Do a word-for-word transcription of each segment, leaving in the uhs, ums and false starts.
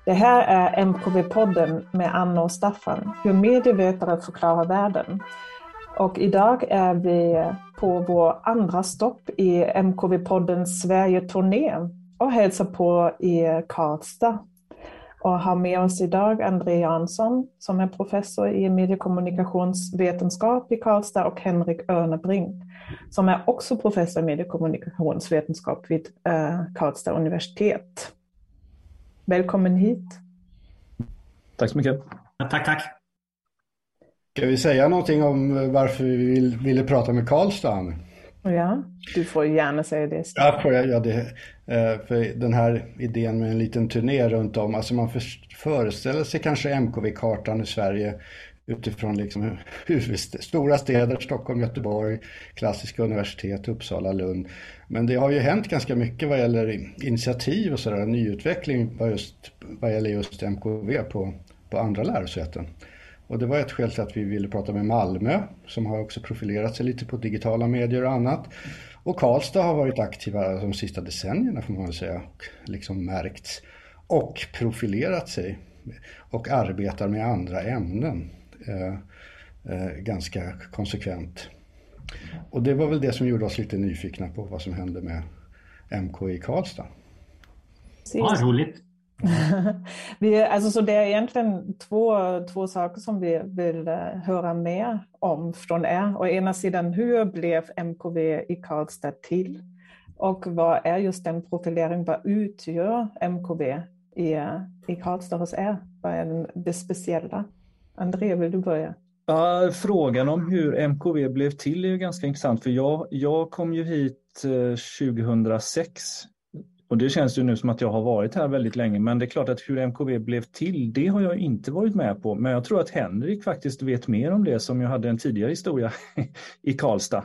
Det här är M K V-podden med Anna och Staffan, hur medievetare förklarar världen. Och idag är vi på vår andra stopp i M K V-poddens Sverige-turné och hälsar på i Karlstad. Och har med oss idag André Jansson som är professor i mediekommunikationsvetenskap i Karlstad och Henrik Örnebrink som är också professor i mediekommunikationsvetenskap vid uh, Karlstad universitet. Välkommen hit. Tack så mycket. Ja, tack, tack. Ska vi säga någonting om varför vi vill, ville prata med Karlstad? Ja, du får gärna säga det. Ja, får jag göra det. För den här idén med en liten turné runt om, alltså man föreställer sig kanske M K V-kartan i Sverige utifrån liksom huvudst- stora städer, Stockholm, Göteborg, klassiska universitet, Uppsala, Lund. Men det har ju hänt ganska mycket vad gäller initiativ och sådär, nyutveckling vad, just, vad gäller just M K V på, på andra lärosäten. Och det var ett skäl till att vi ville prata med Malmö som har också profilerat sig lite på digitala medier och annat. Och Karlstad har varit aktiva de sista decennierna får man väl säga och liksom märkts och profilerat sig och arbetar med andra ämnen eh, eh, ganska konsekvent. Och det var väl det som gjorde oss lite nyfikna på vad som hände med M K i Karlstad. Ja, roligt. vi, alltså, så det är egentligen två, två saker som vi vill höra mer om från er. Å ena sidan, hur blev M K V i Karlstad till? Och vad är just den profilering, vad utgör M K V i, i Karlstad hos er? Vad är det speciella? André, vill du börja? Ja, frågan om hur M K V blev till är ju ganska intressant för jag, jag kom ju hit eh, tjugohundrasex och det känns ju nu som att jag har varit här väldigt länge, men det är klart att hur M K V blev till, det har jag inte varit med på, men jag tror att Henrik faktiskt vet mer om det som jag hade en tidigare historia i Karlstad.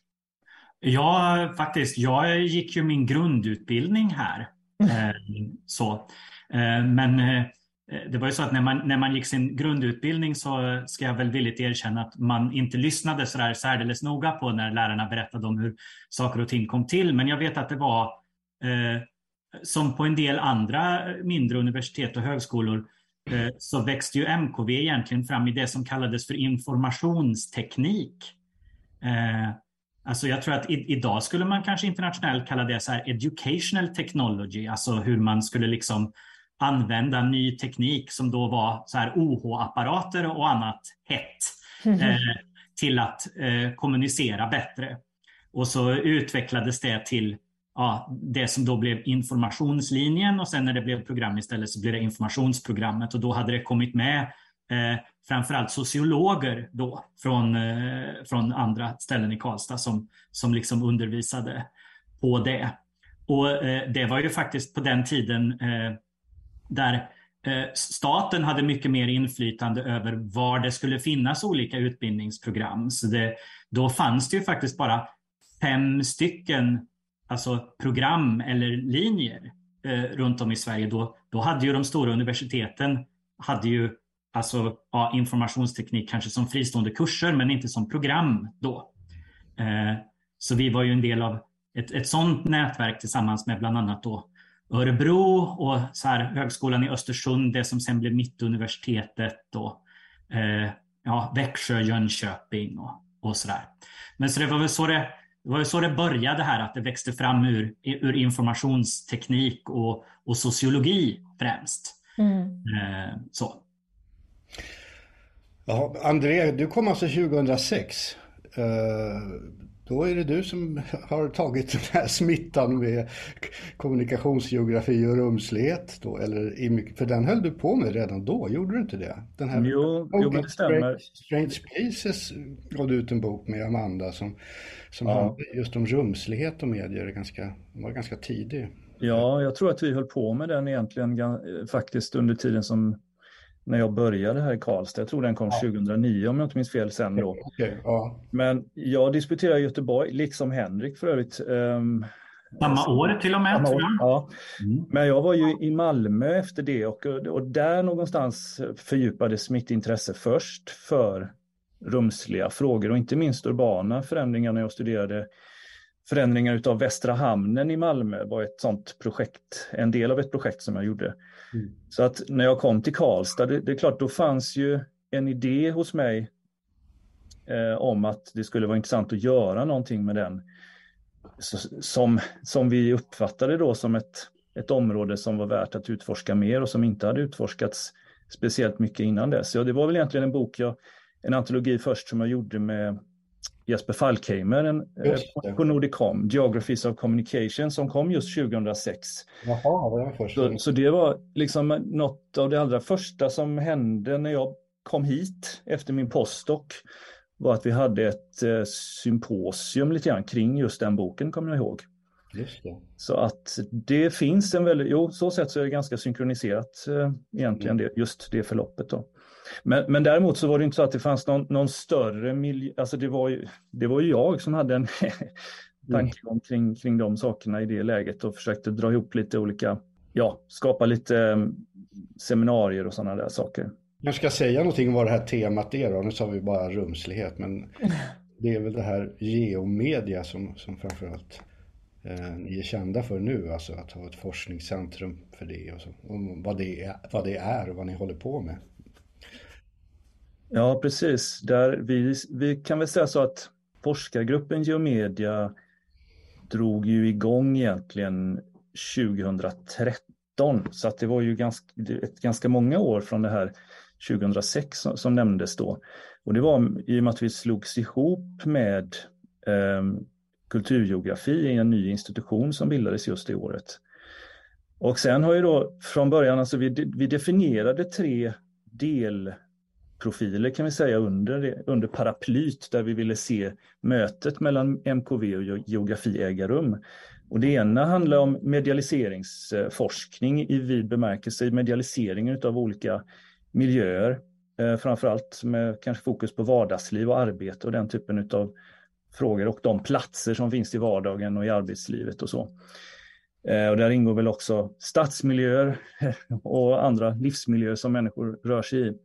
Ja, faktiskt. Jag gick ju min grundutbildning här. Eh, så. Eh, men eh, det var ju så att när man, när man gick sin grundutbildning så ska jag väl villigt erkänna att man inte lyssnade så där särdeles noga på när lärarna berättade om hur saker och ting kom till. Men jag vet att det var eh, som på en del andra mindre universitet och högskolor eh, så växte ju M K V egentligen fram i det som kallades för informationsteknik. Eh, Alltså jag tror att i, idag skulle man kanske internationellt kalla det så här educational technology, alltså hur man skulle liksom använda ny teknik som då var så här O H-apparater och annat hett eh, till att eh, kommunicera bättre. Och så utvecklades det till ja, det som då blev informationslinjen och sen när det blev program istället så blev det informationsprogrammet och då hade det kommit med Eh, framförallt sociologer då från, eh, från andra ställen i Karlstad som, som liksom undervisade på det. Och eh, det var ju faktiskt på den tiden eh, där eh, staten hade mycket mer inflytande över var det skulle finnas olika utbildningsprogram. Så det, då fanns det ju faktiskt bara fem stycken alltså program eller linjer eh, runt om i Sverige. Då, då hade ju de stora universiteten hade ju alltså ja, informationsteknik kanske som fristående kurser men inte som program då. Eh, så vi var ju en del av ett, ett sådant nätverk tillsammans med bland annat då Örebro och så här, högskolan i Östersund, det som sen blev Mittuniversitetet och eh, ja, Växjö, Jönköping och, och sådär. Men så det var väl så det, det var väl så det började här, att det växte fram ur, ur informationsteknik och, och sociologi främst. Mm. Eh, så. Ja, André, du kom alltså tjugohundrasex. Uh, då är det du som har tagit den här smittan med kommunikationsgeografi och rumslighet då, eller i, för den höll du på med redan då, gjorde du inte det? Den här jo, jo men det stämmer. Strange Places gav du ut en bok med Amanda som, som ja. handlade just om rumslighet och medier, ganska, var ganska tidig. Ja, jag tror att vi höll på med den egentligen faktiskt under tiden som när jag började här i Karlstad. Jag tror den kom ja. tjugohundranio om jag inte minns fel sen då. Okay, ja. Men jag disputerade i Göteborg, liksom Henrik för övrigt. Um, samma år till och med. Samma år, ja. Mm. Men jag var ju i Malmö efter det och, och där någonstans fördjupades mitt intresse först för rumsliga frågor och inte minst urbana förändringar när jag studerade förändringar utav Västra hamnen i Malmö var ett sånt projekt, en del av ett projekt som jag gjorde. Mm. Så att när jag kom till Karlstad, det, det är klart, då fanns ju en idé hos mig eh, om att det skulle vara intressant att göra någonting med den. Så, som, som vi uppfattade då som ett, ett område som var värt att utforska mer och som inte hade utforskats speciellt mycket innan dess. Ja, det var väl egentligen en bok, jag, en antologi först som jag gjorde med Jesper Falkheimer en, eh, på Nordicom, Geographies of Communication, som kom just tjugohundrasex. Jaha, det var först. Så, så det var liksom något av det allra första som hände när jag kom hit efter min postdoc, var att vi hade ett eh, symposium lite grann kring just den boken, kommer jag ihåg. Just det. Så att det finns en väldigt, jo, så sätt så är det ganska synkroniserat eh, egentligen, mm. det, just det förloppet då. Men, men däremot så var det inte så att det fanns någon, någon större miljö, alltså det var ju, det var ju jag som hade en tanke om kring, kring de sakerna i det läget och försökte dra ihop lite olika, ja, skapa lite um, seminarier och sådana där saker. Jag ska säga någonting om vad det här temat är då, nu sa vi bara rumslighet, men det är väl det här geomedia som, som framförallt eh, ni är kända för nu, alltså att ha ett forskningscentrum för det och så, och vad det är, vad det är och vad ni håller på med. Ja, precis. Där vi, vi kan väl säga så att forskargruppen Geomedia drog ju igång egentligen tjugohundratretton. Så att det var ju ganska, ett ganska många år från det här tjugohundrasex som, som nämndes då. Och det var i och med att vi slogs ihop med eh, kulturgeografi i en ny institution som bildades just det året. Och sen har ju då från början, alltså vi, vi definierade tre del profiler kan vi säga under, det, under paraplyt där vi ville se mötet mellan M K V och geografi äga rum. Och det ena handlar om medialiseringsforskning i vid bemärkelse, medialiseringen av olika miljöer, eh, framförallt med kanske fokus på vardagsliv och arbete och den typen av frågor och de platser som finns i vardagen och i arbetslivet och så. Eh, och där ingår väl också stadsmiljöer och andra livsmiljöer som människor rör sig i.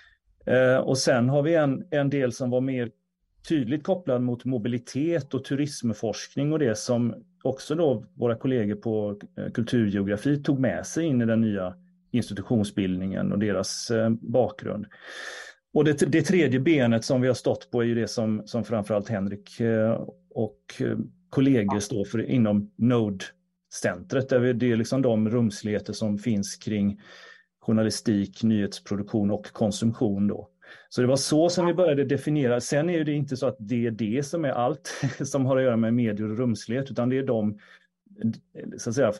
Eh, och sen har vi en, en del som var mer tydligt kopplad mot mobilitet och turismforskning och det som också då våra kollegor på eh, kulturgeografi tog med sig in i den nya institutionsbildningen och deras eh, bakgrund. Och det, det tredje benet som vi har stått på är ju det som, som framförallt Henrik eh, och eh, kollegor står för inom Node-centret, där vi, det är liksom de rumsligheter som finns kring journalistik, nyhetsproduktion och konsumtion då. Så det var så som vi började definiera. Sen är det inte så att det är det som är allt som har att göra med medier och rumslighet, utan det är de så att säga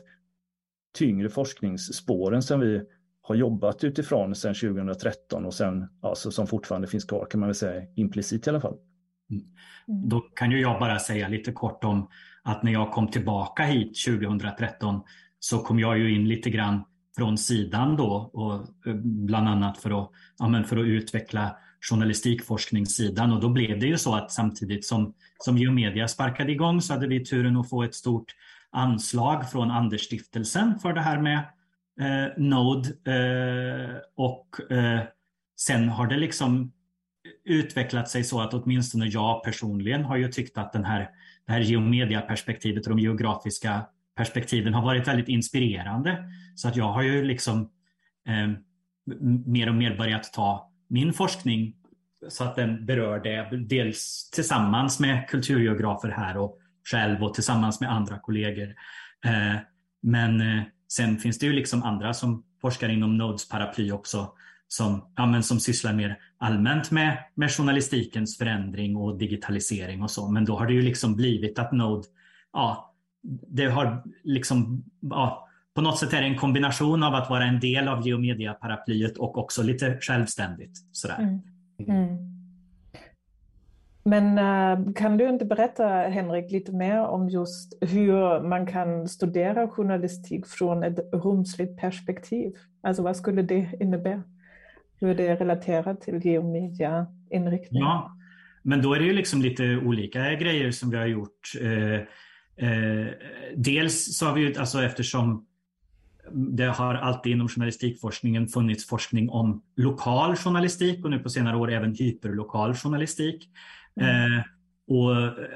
tyngre forskningsspåren som vi har jobbat utifrån sedan tjugohundratretton och sen alltså, som fortfarande finns kvar, kan man väl säga implicit i alla fall. Mm. Då kan ju jag bara säga lite kort om att när jag kom tillbaka hit tjugohundratretton så kom jag ju in lite grann från sidan då, och bland annat för att, ja, men för att utveckla journalistikforskningssidan, och då blev det ju så att samtidigt som, som Geomedia sparkade igång så hade vi turen att få ett stort anslag från Andersstiftelsen för det här med eh, Node eh, och eh, sen har det liksom utvecklat sig så att åtminstone jag personligen har ju tyckt att den här, det här Geomedia-perspektivet och de geografiska perspektiven har varit väldigt inspirerande, så att jag har ju liksom eh, mer och mer börjat ta min forskning så att den berör det, dels tillsammans med kulturgeografer här och själv och tillsammans med andra kollegor. Eh, men eh, sen finns det ju liksom andra som forskar inom Nodes paraply också, som, ja, men som sysslar mer allmänt med, med journalistikens förändring och digitalisering och så. Men då har det ju liksom blivit att Node, ja, det har liksom, ja, på något sätt är det en kombination av att vara en del av Geomedia-paraplyet och också lite självständigt. Sådär. Mm. Mm. Men äh, kan du inte berätta, Henrik, lite mer om just hur man kan studera journalistik från ett rumsligt perspektiv? Alltså vad skulle det innebära? Hur det är relaterat till geomedia-inriktning? Ja, men då är det ju liksom lite olika grejer som vi har gjort. Eh, Eh, dels så har vi ju, alltså eftersom det har alltid inom journalistikforskningen funnits forskning om lokal journalistik och nu på senare år även hyperlokal journalistik. Mm. Eh, Och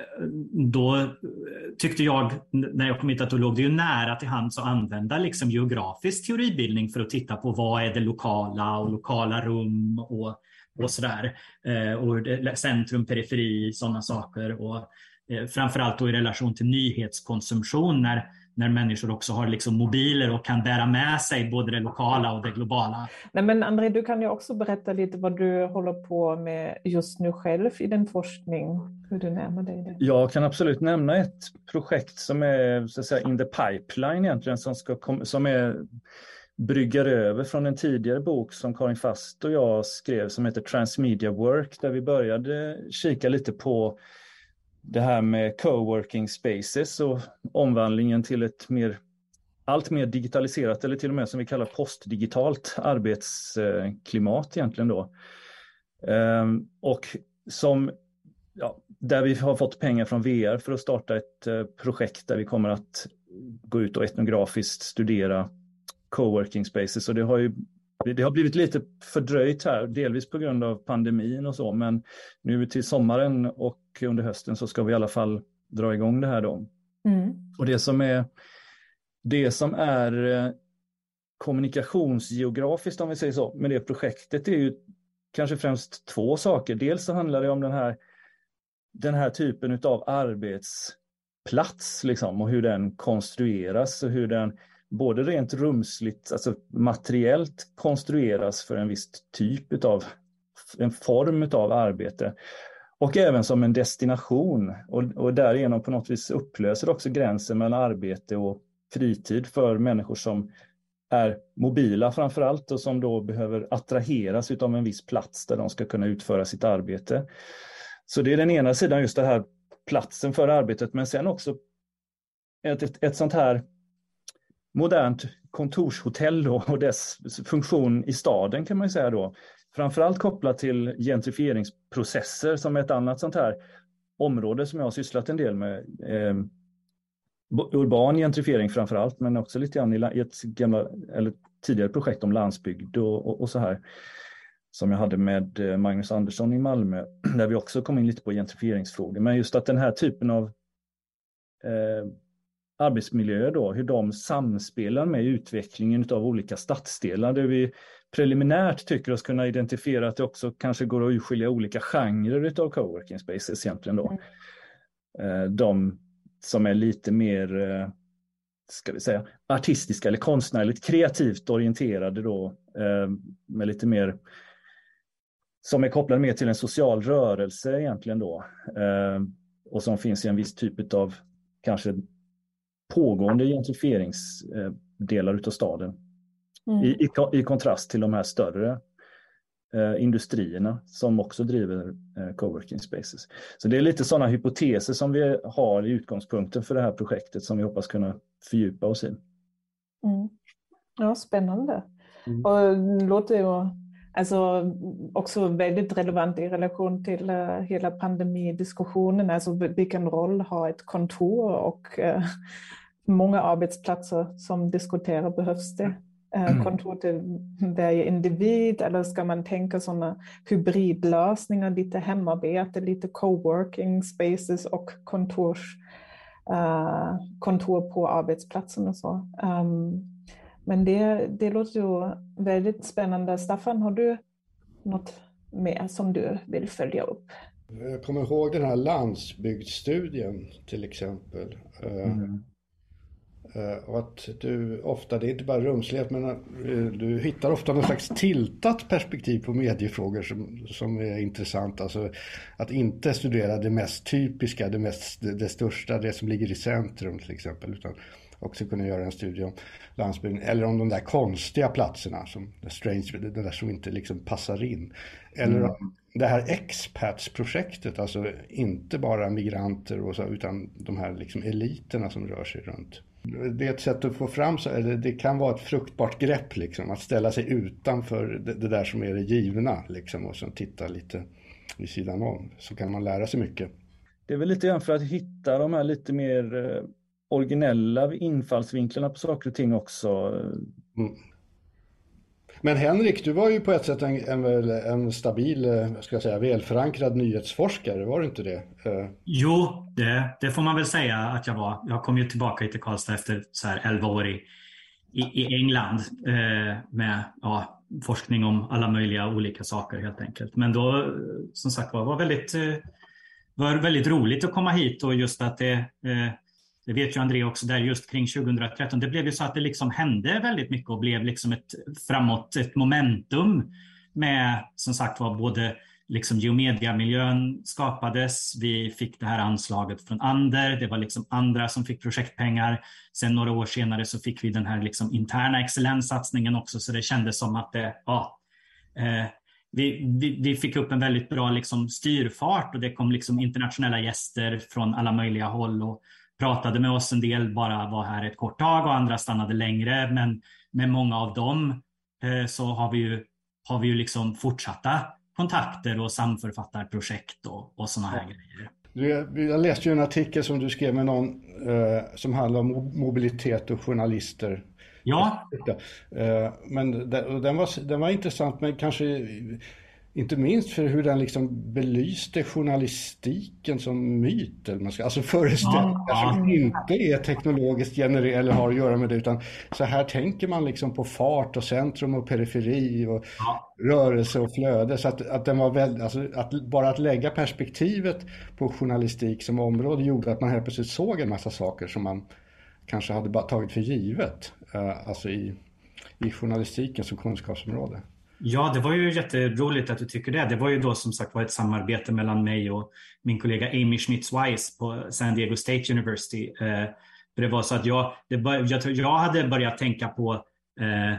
då tyckte jag, när jag kom hit, att då låg det ju nära till hands att använda liksom geografisk teoribildning för att titta på vad är det lokala och lokala rum och, och sådär. Och centrum, periferi, sådana saker. Och framförallt då i relation till nyhetskonsumtion, när när människor också har liksom mobiler och kan bära med sig både det lokala och det globala. Nej, men André, du kan ju också berätta lite vad du håller på med just nu själv i din forskning, hur du närmar dig det. Jag kan absolut nämna ett projekt som är så att säga in the pipeline egentligen, som, ska kom, som är bryggar över från en tidigare bok som Karin Fast och jag skrev som heter Transmedia Work, där vi började kika lite på det här med coworking spaces och omvandlingen till ett mer, allt mer digitaliserat, eller till och med som vi kallar postdigitalt arbetsklimat egentligen då. Um, och som, ja, där vi har fått pengar från V R för att starta ett uh, projekt där vi kommer att gå ut och etnografiskt studera coworking spaces. Och det har ju Det har blivit lite fördröjt här, delvis på grund av pandemin och så, men nu till sommaren och under hösten så ska vi i alla fall dra igång det här då. Mm. Och det som är, det som är kommunikationsgeografiskt, om vi säger så, med det projektet är ju kanske främst två saker. Dels så handlar det om den här, den här typen av arbetsplats liksom, och hur den konstrueras och hur den både rent rumsligt, alltså materiellt konstrueras för en viss typ av, en form av arbete. Och även som en destination. Och, och därigenom på något vis upplöser också gränsen mellan arbete och fritid för människor som är mobila framförallt och som då behöver attraheras av en viss plats där de ska kunna utföra sitt arbete. Så det är den ena sidan, just det här platsen för arbetet, men sen också ett, ett, ett sånt här modernt kontorshotell då, och dess funktion i staden kan man ju säga då. Framförallt kopplat till gentrifieringsprocesser som är ett annat sånt här område som jag har sysslat en del med. Eh, urban gentrifiering framförallt, men också lite grann i ett gamla, eller tidigare projekt om landsbygd och, och, och så här. Som jag hade med Magnus Andersson i Malmö, där vi också kom in lite på gentrifieringsfrågor. Men just att den här typen av eh, arbetsmiljöer då, hur de samspelar med utvecklingen av olika stadsdelar, där vi preliminärt tycker oss kunna identifiera att det också kanske går att urskilja olika genrer av coworking spaces egentligen då. Mm. De som är lite mer, ska vi säga, artistiska eller konstnärligt kreativt orienterade då, med lite mer, som är kopplade mer till en social rörelse egentligen då, och som finns i en viss typ av kanske pågående gentrifieringsdelar utav staden. Mm. I, i, I kontrast till de här större eh, industrierna som också driver eh, coworking spaces. Så det är lite sådana hypoteser som vi har i utgångspunkten för det här projektet som vi hoppas kunna fördjupa oss i. Mm. Ja, spännande. Mm. Och det låter ju alltså också väldigt relevant i relation till uh, hela pandemidiskussionen. Alltså vilken roll har ett kontor och uh, många arbetsplatser som diskuterar, behövs det uh, kontor till varje individ, eller ska man tänka sådana hybridlösningar, lite hemarbete, lite coworking spaces och kontors, uh, kontor på arbetsplatsen och så. Um, Men det, det låter ju väldigt spännande. Staffan, har du något mer som du vill följa upp? Jag kommer ihåg den här landsbygdsstudien till exempel. Mm. Och att du ofta, det är inte bara rumslighet, men du hittar ofta någon slags tiltat perspektiv på mediefrågor som, som är intressant. Alltså att inte studera det mest typiska, det, mest, det största, det som ligger i centrum till exempel, utan också kunna göra en studie om landsbygden eller om de där konstiga platserna som strange, det där som inte liksom passar in. Eller mm. det här expats-projektet, alltså inte bara migranter och så, utan de här liksom eliterna som rör sig runt. Det är ett sätt att få fram, så, eller det kan vara ett fruktbart grepp liksom, att ställa sig utanför det, det där som är det givna liksom, och sen titta lite vid sidan om, så kan man lära sig mycket. Det är väl lite grann för att hitta de här lite mer originella infallsvinklarna på saker och ting också. Mm. Men Henrik, du var ju på ett sätt en, en, en stabil, ska jag säga, välförankrad nyhetsforskare, var det inte det? Jo, det, det får man väl säga att jag var. Jag kom ju tillbaka till Karlstad efter så här elva år i, i, i England eh, med ja, forskning om alla möjliga olika saker helt enkelt. Men då, som sagt var, var väldigt, eh, var väldigt roligt att komma hit och just att det, eh, det vet ju André också där just kring tjugohundratretton, det blev ju så att det liksom hände väldigt mycket och blev liksom ett framåt, ett momentum med som sagt var både liksom geomediamiljön skapades, vi fick det här anslaget från Ander, det var liksom andra som fick projektpengar. Sen några år senare så fick vi den här liksom interna excellenssatsningen också, så det kändes som att det, ja, eh, vi, vi, vi fick upp en väldigt bra liksom styrfart och det kom liksom internationella gäster från alla möjliga håll och pratade med oss. En del bara var här ett kort tag och andra stannade längre, men med många av dem eh, så har vi ju, har vi ju liksom fortsatta kontakter och samförfattarprojekt och, och såna här grejer. Jag läste ju en artikel som du skrev med någon eh, som handlar om mobilitet och journalister. Ja. Eh, men den, den, var, den var intressant, men kanske inte minst för hur den liksom belyste journalistiken som myt. Eller man ska, alltså föreställningar ja, ja. som inte är teknologiskt genererade eller har att göra med det, utan så här tänker man liksom på fart och centrum och periferi och ja. rörelse och flöde. Så att, att den var väldigt, alltså att bara att lägga perspektivet på journalistik som område gjorde att man helt plötsligt såg en massa saker som man kanske hade bara tagit för givet, uh, alltså i, i journalistiken som kunskapsområde. Ja, det var ju jätteroligt att du tycker det. Det var ju då som sagt var ett samarbete mellan mig och min kollega Amy Schmitz-Weiss på San Diego State University. Eh, det var så att jag, det bör, jag, jag hade börjat tänka på eh,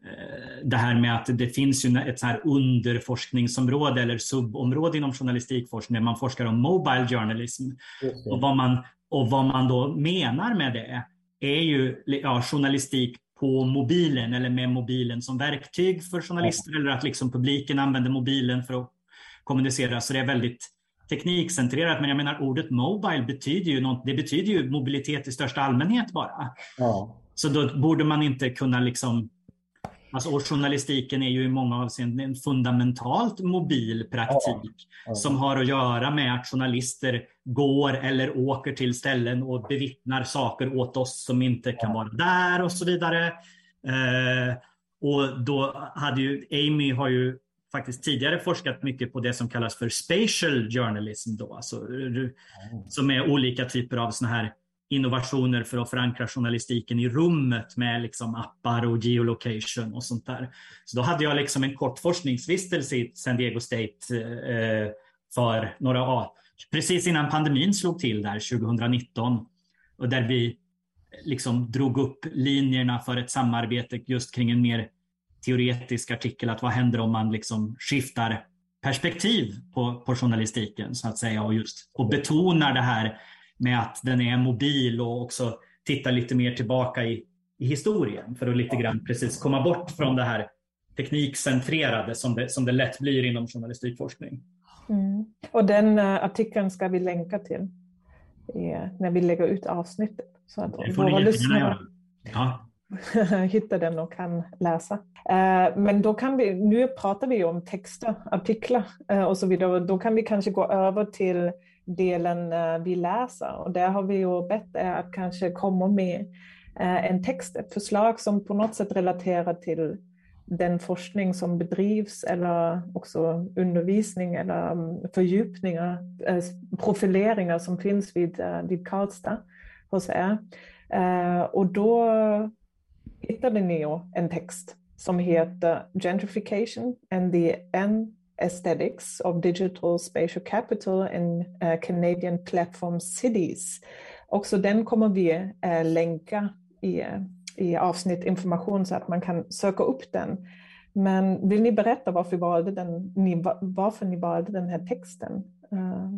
det här med att det finns ju ett så här underforskningsområde eller subområde inom journalistikforskning där man forskar om mobile journalism. Mm. Och, vad man, och vad man då menar med det är ju ja, journalistik på mobilen eller med mobilen som verktyg för journalister, ja. eller att liksom publiken använder mobilen för att kommunicera. Så det är väldigt teknikcentrerat, men jag menar ordet mobile betyder ju något, det betyder ju mobilitet i största allmänhet bara. Ja. Så då borde man inte kunna liksom, alltså och journalistiken är ju i många avseenden en fundamentalt mobil praktik ja. Ja. som har att göra med att journalister går eller åker till ställen och bevittnar saker åt oss som inte kan vara där och så vidare. Eh, och då hade ju Amy har ju faktiskt tidigare forskat mycket på det som kallas för spatial journalism då, alltså, mm. som är olika typer av såna här innovationer för att förankra journalistiken i rummet med liksom appar och geolocation och sånt där. Så då hade jag liksom en kort forskningsvistelse i San Diego State eh, för några år. Precis innan pandemin slog till där tjugohundranitton och där vi liksom drog upp linjerna för ett samarbete just kring en mer teoretisk artikel, att vad händer om man liksom skiftar perspektiv på, på journalistiken så att säga och just och betonar det här med att den är mobil och också tittar lite mer tillbaka i, i historien för att lite grann precis komma bort från det här teknikcentrerade som det, som det lätt blir inom journalistikforskning. Mm. Och den uh, artikeln ska vi länka till i, när vi lägger ut avsnittet. Så att det får våra lyssnare ja. hittar den och kan läsa. Uh, men då kan vi, nu pratar vi om texter, artiklar uh, och så vidare. Då kan vi kanske gå över till delen uh, vi läser. Och där har vi ju bett er att kanske komma med uh, en text, ett förslag som på något sätt relaterar till den forskning som bedrivs eller också undervisning eller fördjupningar, profileringar som finns vid, vid Karlstad hos er. Och då hittade ni en text som heter Gentrification and the Aesthetics of Digital Spatial Capital in Canadian Platform Cities. Också den kommer vi länka i i avsnitt information så att man kan söka upp den. Men vill ni berätta varför, valde den, ni, varför ni valde den här texten? Uh.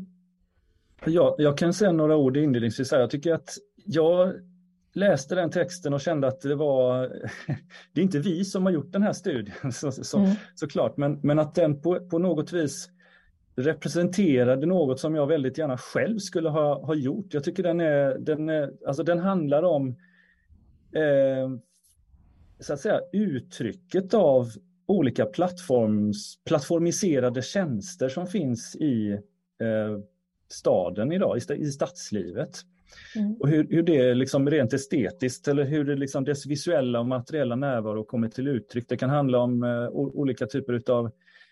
Ja, jag kan säga några ord inledningsvis. Jag tycker att jag läste den texten och kände att det var det är inte vi som har gjort den här studien så, så, mm. såklart, men, men att den på, på något vis representerade något som jag väldigt gärna själv skulle ha, ha gjort. Jag tycker den är, den är alltså den handlar om Eh, så att säga uttrycket av olika plattforms, plattformiserade tjänster som finns i eh, staden idag, i, i stadslivet. Mm. Och hur, hur det är liksom rent estetiskt, eller hur det liksom dess visuella och materiella närvaro kommer till uttryck. Det kan handla om eh, olika typer av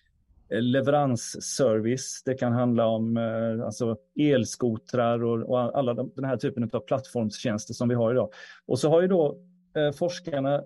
leveransservice. Det kan handla om eh, alltså elskotrar och, och alla de, den här typen av plattformstjänster som vi har idag. Och så har ju då eh, forskarna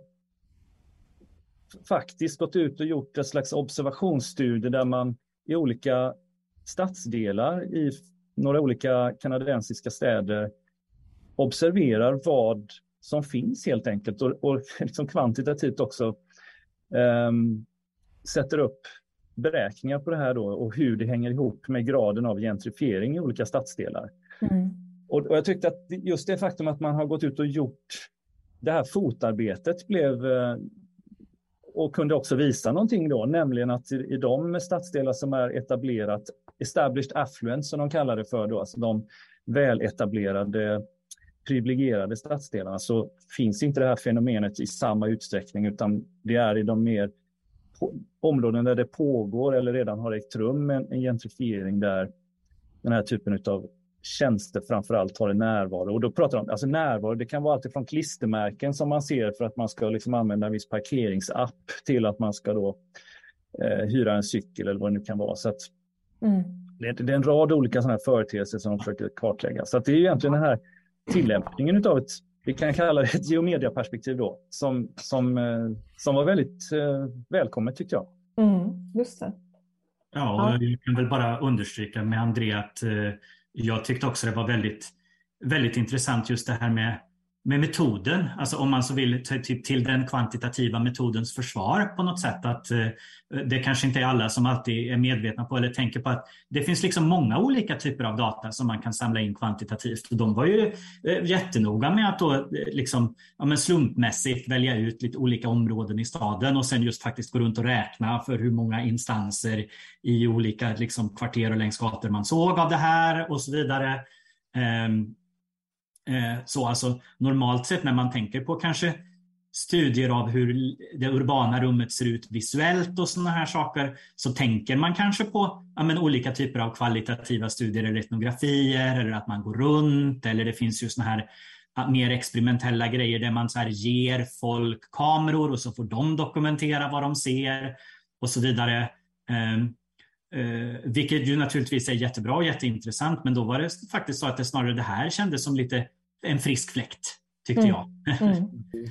faktiskt gått ut och gjort ett slags observationsstudie där man i olika stadsdelar i några olika kanadensiska städer observerar vad som finns helt enkelt, och, och liksom kvantitativt också eh, sätter upp beräkningar på det här då, och hur det hänger ihop med graden av gentrifiering i olika stadsdelar. Mm. Och, och jag tyckte att just det faktum att man har gått ut och gjort det här fotarbetet blev eh, och kunde också visa någonting då, nämligen att i, i de stadsdelar som är etablerat, established affluence som de kallar det för då, alltså de väletablerade, privilegierade stadsdelarna, så finns inte det här fenomenet i samma utsträckning, utan det är i de mer på, områden där det pågår eller redan har ägt rum en, en gentrifiering där den här typen av tjänster framförallt har en närvaro. Och då pratar de, alltså närvaro, det kan vara allt från klistermärken som man ser för att man ska liksom använda en viss parkeringsapp till att man ska då eh, hyra en cykel eller vad det nu kan vara. Så att mm. det, det är en rad olika sådana här företeelser som de försöker kartlägga. Så att det är ju egentligen den här tillämpningen av ett, vi kan kalla det ett geomediaperspektiv då, som, som, eh, som var väldigt eh, välkommet tyckte jag. Mm, just det. Ja, och jag kan väl bara understryka med André att eh, jag tyckte också det var väldigt, väldigt intressant just det här med, med metoden. Alltså om man så vill typ till den kvantitativa metodens försvar på något sätt. Att eh, det kanske inte är alla som alltid är medvetna på eller tänker på att det finns liksom många olika typer av data som man kan samla in kvantitativt. Och de var ju eh, jättenoga med att då eh, liksom, ja, men slumpmässigt välja ut lite olika områden i staden och sen just faktiskt gå runt och räkna för hur många instanser i olika liksom, kvarter och längs gator man såg av det här och så vidare. Eh, Så alltså normalt sett när man tänker på kanske studier av hur det urbana rummet ser ut visuellt och sådana här saker, så tänker man kanske på ja, men olika typer av kvalitativa studier eller etnografier, eller att man går runt, eller det finns ju sådana här ja, mer experimentella grejer där man så här ger folk kameror och så får de dokumentera vad de ser och så vidare. Um, Uh, vilket ju naturligtvis är jättebra och jätteintressant, men då var det faktiskt så att det snarare det här kändes som lite en frisk fläkt, tyckte mm. jag. Mm.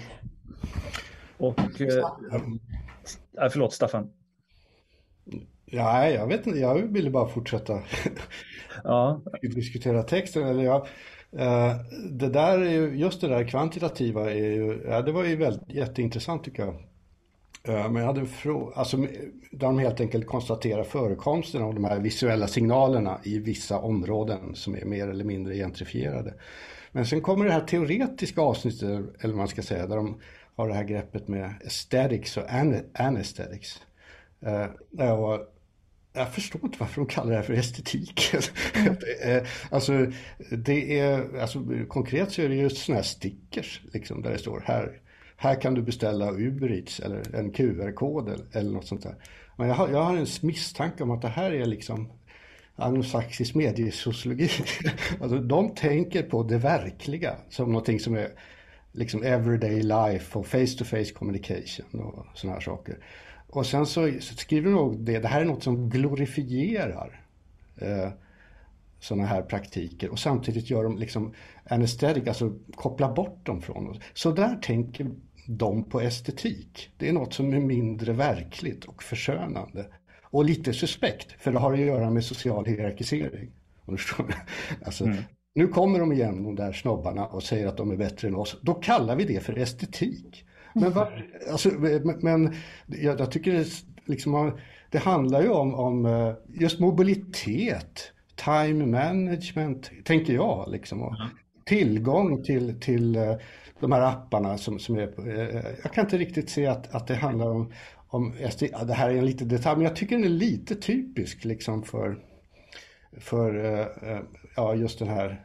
och uh, förlåt Staffan. Ja, jag vet inte, jag ville bara fortsätta ja. diskutera texten. Eller jag, uh, det där är ju, just det där kvantitativa är ju, ja, det var ju väldigt jätteintressant tycker jag. Men jag hade en fråga, alltså, där de helt enkelt konstaterar förekomsten av de här visuella signalerna i vissa områden som är mer eller mindre gentrifierade. Men sen kommer det här teoretiska avsnittet, eller vad man ska säga, där de har det här greppet med aesthetics och anesthetics. Jag, jag förstår inte varför de kallar det här för estetik. Mm. alltså, det är, alltså, konkret så är det just såna här stickers liksom, där det står här. Här kan du beställa Uber Eats eller en Q R-kod eller, eller något sånt där. Men jag har, jag har en misstanke om att det här är liksom anglosaxisk mediesociologi. Alltså de tänker på det verkliga som någonting som är liksom everyday life och face-to-face communication och såna här saker. Och sen så, så skriver de nog det, det här är något som glorifierar eh, sådana här praktiker och samtidigt gör de liksom anesthetic, alltså koppla bort dem från oss. Så där tänker de på estetik. Det är något som är mindre verkligt och förskönande. Och lite suspekt, för det har att göra med social hierarkisering. Alltså, mm. Nu kommer de igen, de där snobbarna, och säger att de är bättre än oss. Då kallar vi det för estetik. Men, va, alltså, men jag, jag tycker det, liksom, det handlar ju om, om just mobilitet, time management, tänker jag. Liksom, och mm. tillgång till, till de här apparna som, som är... Jag kan inte riktigt se att, att det handlar om... om ja, det här är en liten detalj, men jag tycker den är lite typisk liksom för, för ja, just den här,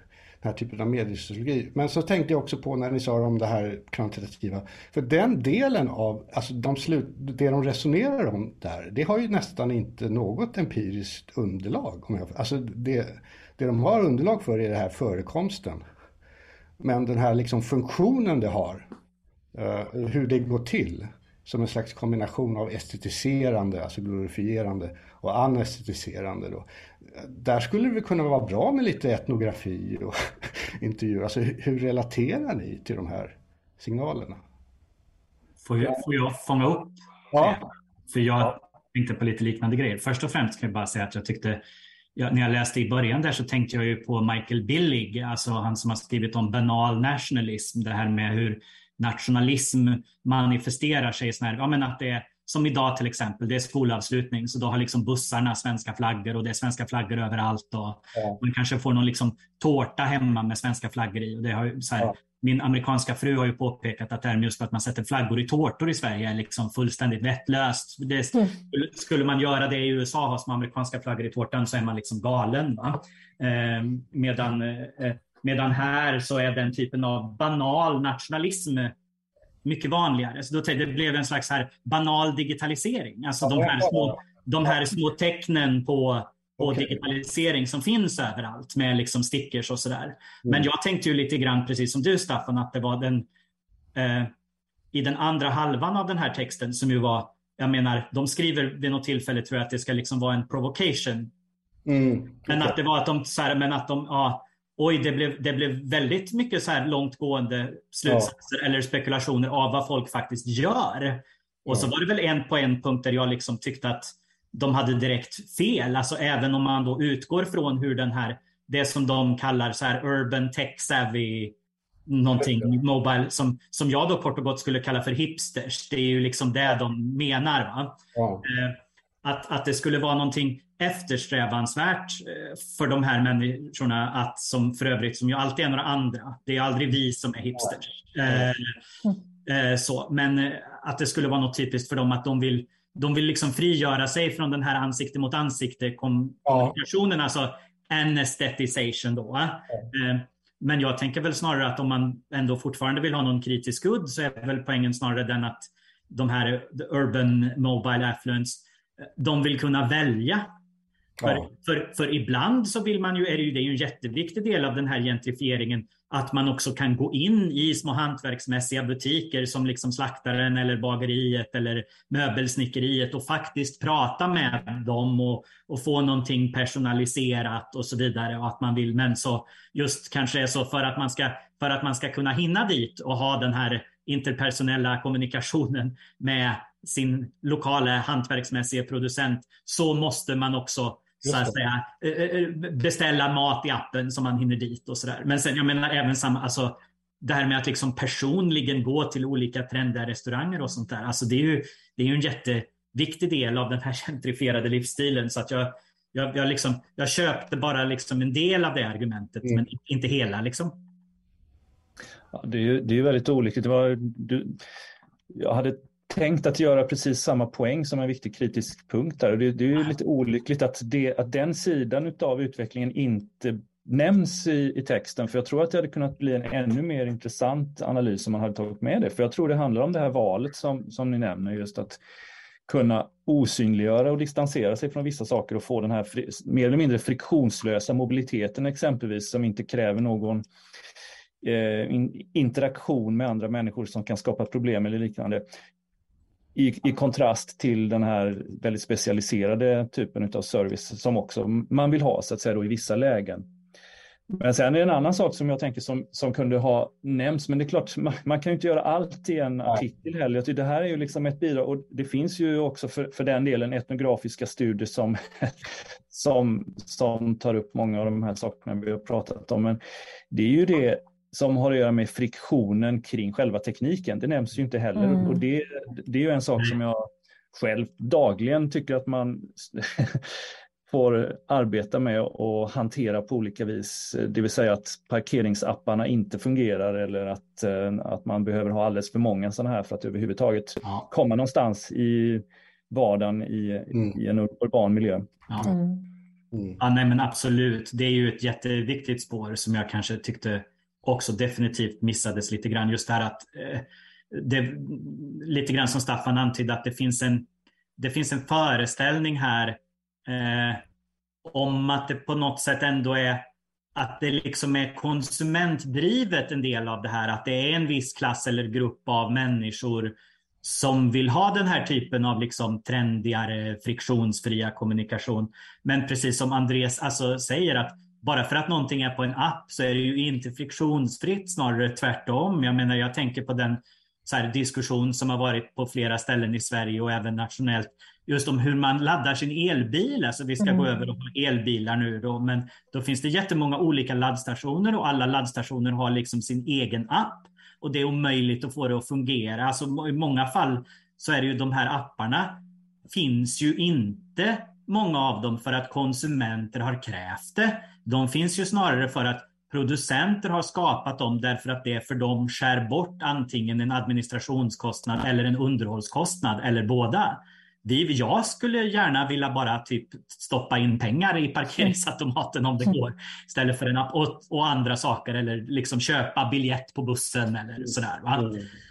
den här typen av mediesociologi. Men så tänkte jag också på när ni sa om det här kvantitativa. För den delen av, alltså de slut, det de resonerar om där, det har ju nästan inte något empiriskt underlag. Om jag, alltså det, det de har underlag för är det här förekomsten. Men den här liksom funktionen det har, uh, hur det går till, som en slags kombination av estetiserande, alltså glorifierande, och anestetiserande då. Där skulle det kunna vara bra med lite etnografi och intervjuer. Alltså hur relaterar ni till de här signalerna? Får jag, får jag fånga upp ja. det? För jag ja. tänkte på lite liknande grejer. Först och främst kan jag bara säga att jag tyckte, ja, när jag läste i början där så tänkte jag ju på Michael Billig, alltså han som har skrivit om banal nationalism, det här med hur nationalism manifesterar sig sån här, ja, men att det är som idag till exempel, det är skolavslutning, så då har liksom bussarna svenska flaggor och det är svenska flaggor överallt och ja. man kanske får någon liksom tårta hemma med svenska flaggor i och det har ju så här, ja. min amerikanska fru har ju påpekat att det här med just att man sätter flaggor i tårtor i Sverige är liksom fullständigt vettlöst. Det, mm. Skulle man göra det i U S A, ha som amerikanska flaggor i tårtan, så är man liksom galen, va? Eh, medan eh, Medan här så är den typen av banal nationalism mycket vanligare. Så då, det blev en slags här banal digitalisering. Alltså de här små, de här små tecknen på, på okay. digitalisering som finns överallt med liksom stickers och sådär. Mm. Men jag tänkte ju lite grann, precis som du Staffan, att det var den eh, i den andra halvan av den här texten som ju var, jag menar, de skriver vid något tillfälle tror jag att det ska liksom vara en provocation. Mm. Okay. Men att det var att de, så här, men att de, ja, oj, det blev, det blev väldigt mycket så här långtgående slutsatser ja. eller spekulationer av vad folk faktiskt gör. Och ja. så var det väl en på en punkt där jag liksom tyckte att de hade direkt fel. Alltså även om man då utgår från hur den här, det som de kallar så här urban tech savvy någonting ja. mobile, som, som jag då kort och gott skulle kalla för hipsters. Det är ju liksom det de menar, va? Ja. Eh, att, att det skulle vara någonting eftersträvansvärt för de här människorna, att som för övrigt som ju alltid är några andra, det är aldrig vi som är hipsters eh, eh, så, men att det skulle vara något typiskt för dem att de vill, de vill liksom frigöra sig från den här ansikte mot ansikte kom- kommunikationen, alltså anestheticization då, eh, men jag tänker väl snarare att om man ändå fortfarande vill ha någon kritisk udd, så är väl poängen snarare den att de här the urban mobile affluence, de vill kunna välja. För, ja. för, för ibland så vill man ju, är det ju, det är ju en jätteviktig del av den här gentrifieringen, att man också kan gå in i små hantverksmässiga butiker som liksom slaktaren eller bageriet eller möbelsnickeriet och faktiskt prata med dem och, och få någonting personaliserat och så vidare, och att man vill, men så just kanske är så för att man ska, för att man ska kunna hinna dit och ha den här interpersonella kommunikationen med sin lokala hantverksmässiga producent, så måste man också så att säga beställa mat i appen som man hinner dit och sådär. Men sen, jag menar även samma, alltså det här med att liksom personligen gå till olika trendiga restauranger och sånt där, alltså det är ju, det är ju en jätteviktig del av den här gentrifierade livsstilen, så att jag, jag, jag, liksom, jag köpte bara liksom en del av det argumentet, mm. men inte hela liksom. Ja, det är ju det är väldigt olyckligt. Det var, du, jag hade tänkt att göra precis samma poäng som en viktig kritisk punkt där. Och det, det är ju lite olyckligt att, det, att den sidan av utvecklingen inte nämns i, i texten. För jag tror att det hade kunnat bli en ännu mer intressant analys om man hade tagit med det. För jag tror det handlar om det här valet som, som ni nämner, just att kunna osynliggöra och distansera sig från vissa saker och få den här fri, mer eller mindre friktionslösa mobiliteten exempelvis, som inte kräver någon eh, in, interaktion med andra människor som kan skapa problem eller liknande. I, I kontrast till den här väldigt specialiserade typen av service som också man vill ha, så att säga, då, i vissa lägen. Men sen är det en annan sak som jag tänker som, som kunde ha nämnts, men det är klart, man, man kan ju inte göra allt i en artikel heller. Jag tycker det här är ju liksom ett bidrag, och det finns ju också för, för den delen etnografiska studier som, som, som tar upp många av de här sakerna vi har pratat om. Men det är ju det som har att göra med friktionen kring själva tekniken. Det nämns ju inte heller. Mm. Och det, det är ju en sak som jag själv dagligen tycker att man får arbeta med och hantera på olika vis. Det vill säga att parkeringsapparna inte fungerar, eller att, att man behöver ha alldeles för många sådana här för att överhuvudtaget ja. komma någonstans i vardagen i, mm. i en urban miljö. Ja. Mm. Mm. Ja, nej men absolut. Det är ju ett jätteviktigt spår som jag kanske tyckte också definitivt missades lite grann. Just det här att eh, det, lite grann som Staffan antydde, att det finns en, det finns en föreställning här eh, om att det på något sätt ändå är att det liksom är konsumentdrivet en del av det här. Att det är en viss klass eller grupp av människor som vill ha den här typen av liksom trendigare, friktionsfria kommunikation. Men precis som Andres alltså säger, att bara för att någonting är på en app så är det ju inte friktionsfritt, snarare tvärtom. Jag menar, jag tänker på den så här diskussion som har varit på flera ställen i Sverige och även nationellt, just om hur man laddar sin elbil. Alltså vi ska mm. gå över och ha elbilar nu då, men då finns det jättemånga olika laddstationer och alla laddstationer har liksom sin egen app. Och det är omöjligt att få det att fungera. Alltså i många fall så är det ju de här apparna finns ju inte, många av dem, för att konsumenter har krävt det. De finns ju snarare för att producenter har skapat dem därför att det för dem skär bort antingen en administrationskostnad eller en underhållskostnad eller båda. Vi, jag skulle gärna vilja bara typ stoppa in pengar i parkeringsautomaten om det går, istället för en app och, och andra saker, eller liksom köpa biljett på bussen eller sådär. Va?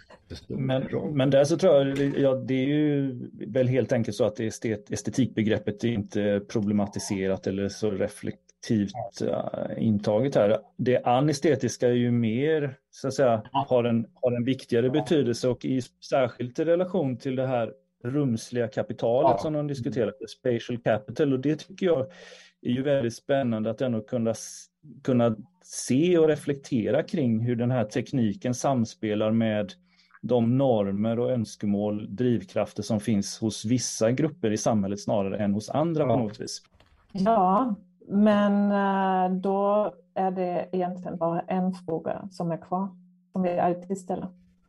Men, men där så tror jag, ja, det är ju väl helt enkelt så att det estet, estetikbegreppet är inte problematiserat eller så reflektivt uh, intaget här. Det anestetiska är ju mer, så att säga, har en, har en viktigare betydelse, och i, särskilt i relation till det här rumsliga kapitalet ja. som de diskuterade, spatial capital, och det tycker jag är ju väldigt spännande att ändå kunna, kunna se och reflektera kring hur den här tekniken samspelar med de normer och önskemål, drivkrafter som finns hos vissa grupper i samhället snarare än hos andra på något vis. Ja, men då är det egentligen bara en fråga som är kvar, som vi alltid ställer.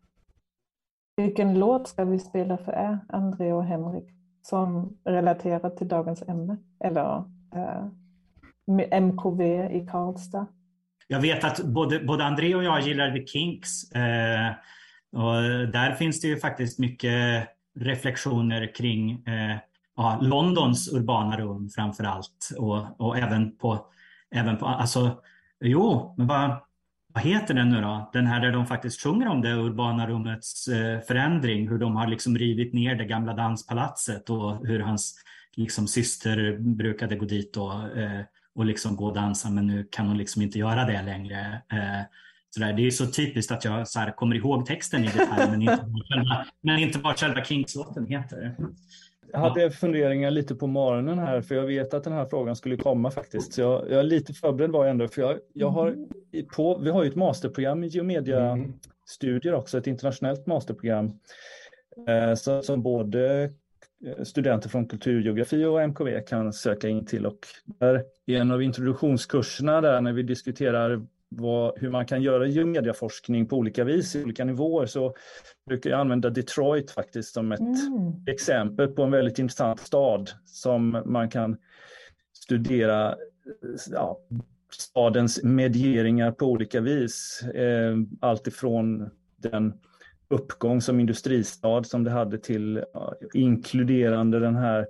Vilken låt ska vi spela för er, André och Henrik, som relaterar till dagens ämne? Eller eh, M K V i Karlstad? Jag vet att både, både André och jag gillar The Kinks. Eh, och där finns det ju faktiskt mycket reflektioner kring eh, ja, Londons urbana rum framför allt. Och, och även på, även på, alltså, jo, men vad... Vad heter den nu då? Den här där de faktiskt sjunger om det urbana rummets eh, förändring. Hur de har liksom rivit ner det gamla danspalatset och hur hans liksom syster brukade gå dit och, eh, och liksom gå och dansa. Men nu kan hon liksom inte göra det längre. Eh, så där. Det är så typiskt att jag så här kommer ihåg texten i detalj, men inte vad själva, men inte vad själva Kings-låten heter. Jag hade funderingar lite på morgonen här, för jag vet att den här frågan skulle komma faktiskt. Så jag, jag är lite förberedd var jag ändå, för jag, jag har på, vi har ju ett masterprogram i geomedia-studier också, ett internationellt masterprogram eh, så, som både studenter från kulturgeografi och M K V kan söka in till. Och där är en av introduktionskurserna där, när vi diskuterar vad, hur man kan göra geomediaforskning på olika vis i olika nivåer, så brukar jag använda Detroit faktiskt som ett mm. exempel på en väldigt intressant stad som man kan studera, ja, stadens medieringar på olika vis. Eh, allt ifrån den uppgång som industristad som det hade till ja, inkluderande den här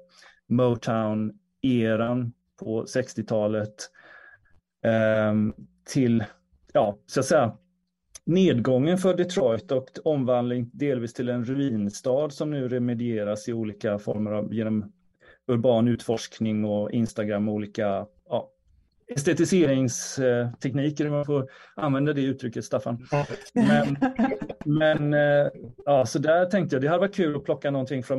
Motown-eran på sextiotalet eh, till, ja, så att säga, nedgången för Detroit och omvandling delvis till en ruinstad som nu remedieras i olika former av, genom urban utforskning och Instagram och olika ja, estetiseringstekniker, om man får använda det uttrycket, Staffan. Men, men ja, så där tänkte jag, det hade varit kul att plocka någonting från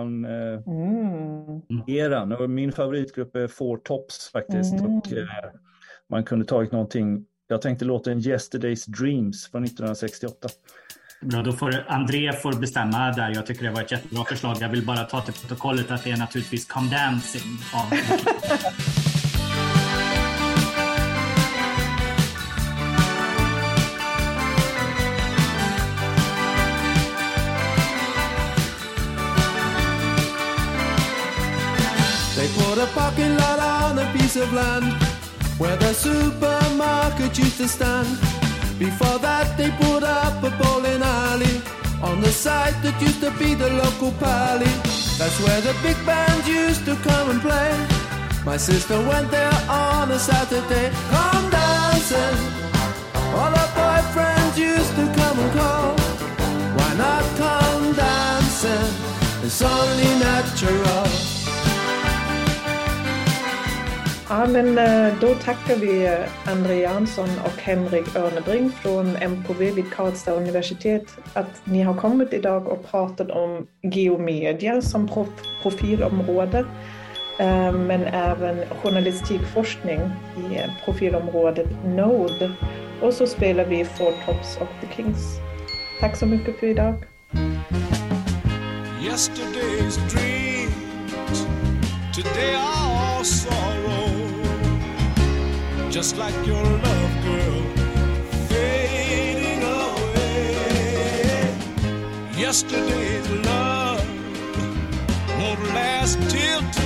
Motown-eran. Mm. Och min favoritgrupp är Four Tops faktiskt. Mm. Och man kunde tagit någonting, jag tänkte låta en Yesterday's Dreams från nittonhundrasextioåtta. Bra, då får André får bestämma där. Jag tycker det var ett jättebra förslag. Jag vill bara ta till protokollet att det är naturligtvis Come Dancing av They put a parking lot on a piece of land where the supermarket used to stand. Before that they put up a bowling alley on the site that used to be the local pally. That's where the big bands used to come and play. My sister went there on a Saturday. Come dancing. All her boyfriends used to come and call. Why not come dancing? It's only natural. Ja, men då tackar vi André Jansson och Henrik Örnebring från M K V vid Karlstad universitet att ni har kommit idag och pratat om geomedia som profilområde, men även journalistikforskning i profilområdet Node. Och så spelar vi Four Tops of the Kings. Tack så mycket för idag. Yesterday's dreams, today are all sorrow. Just like your love, girl, fading away. Yesterday's love won't last till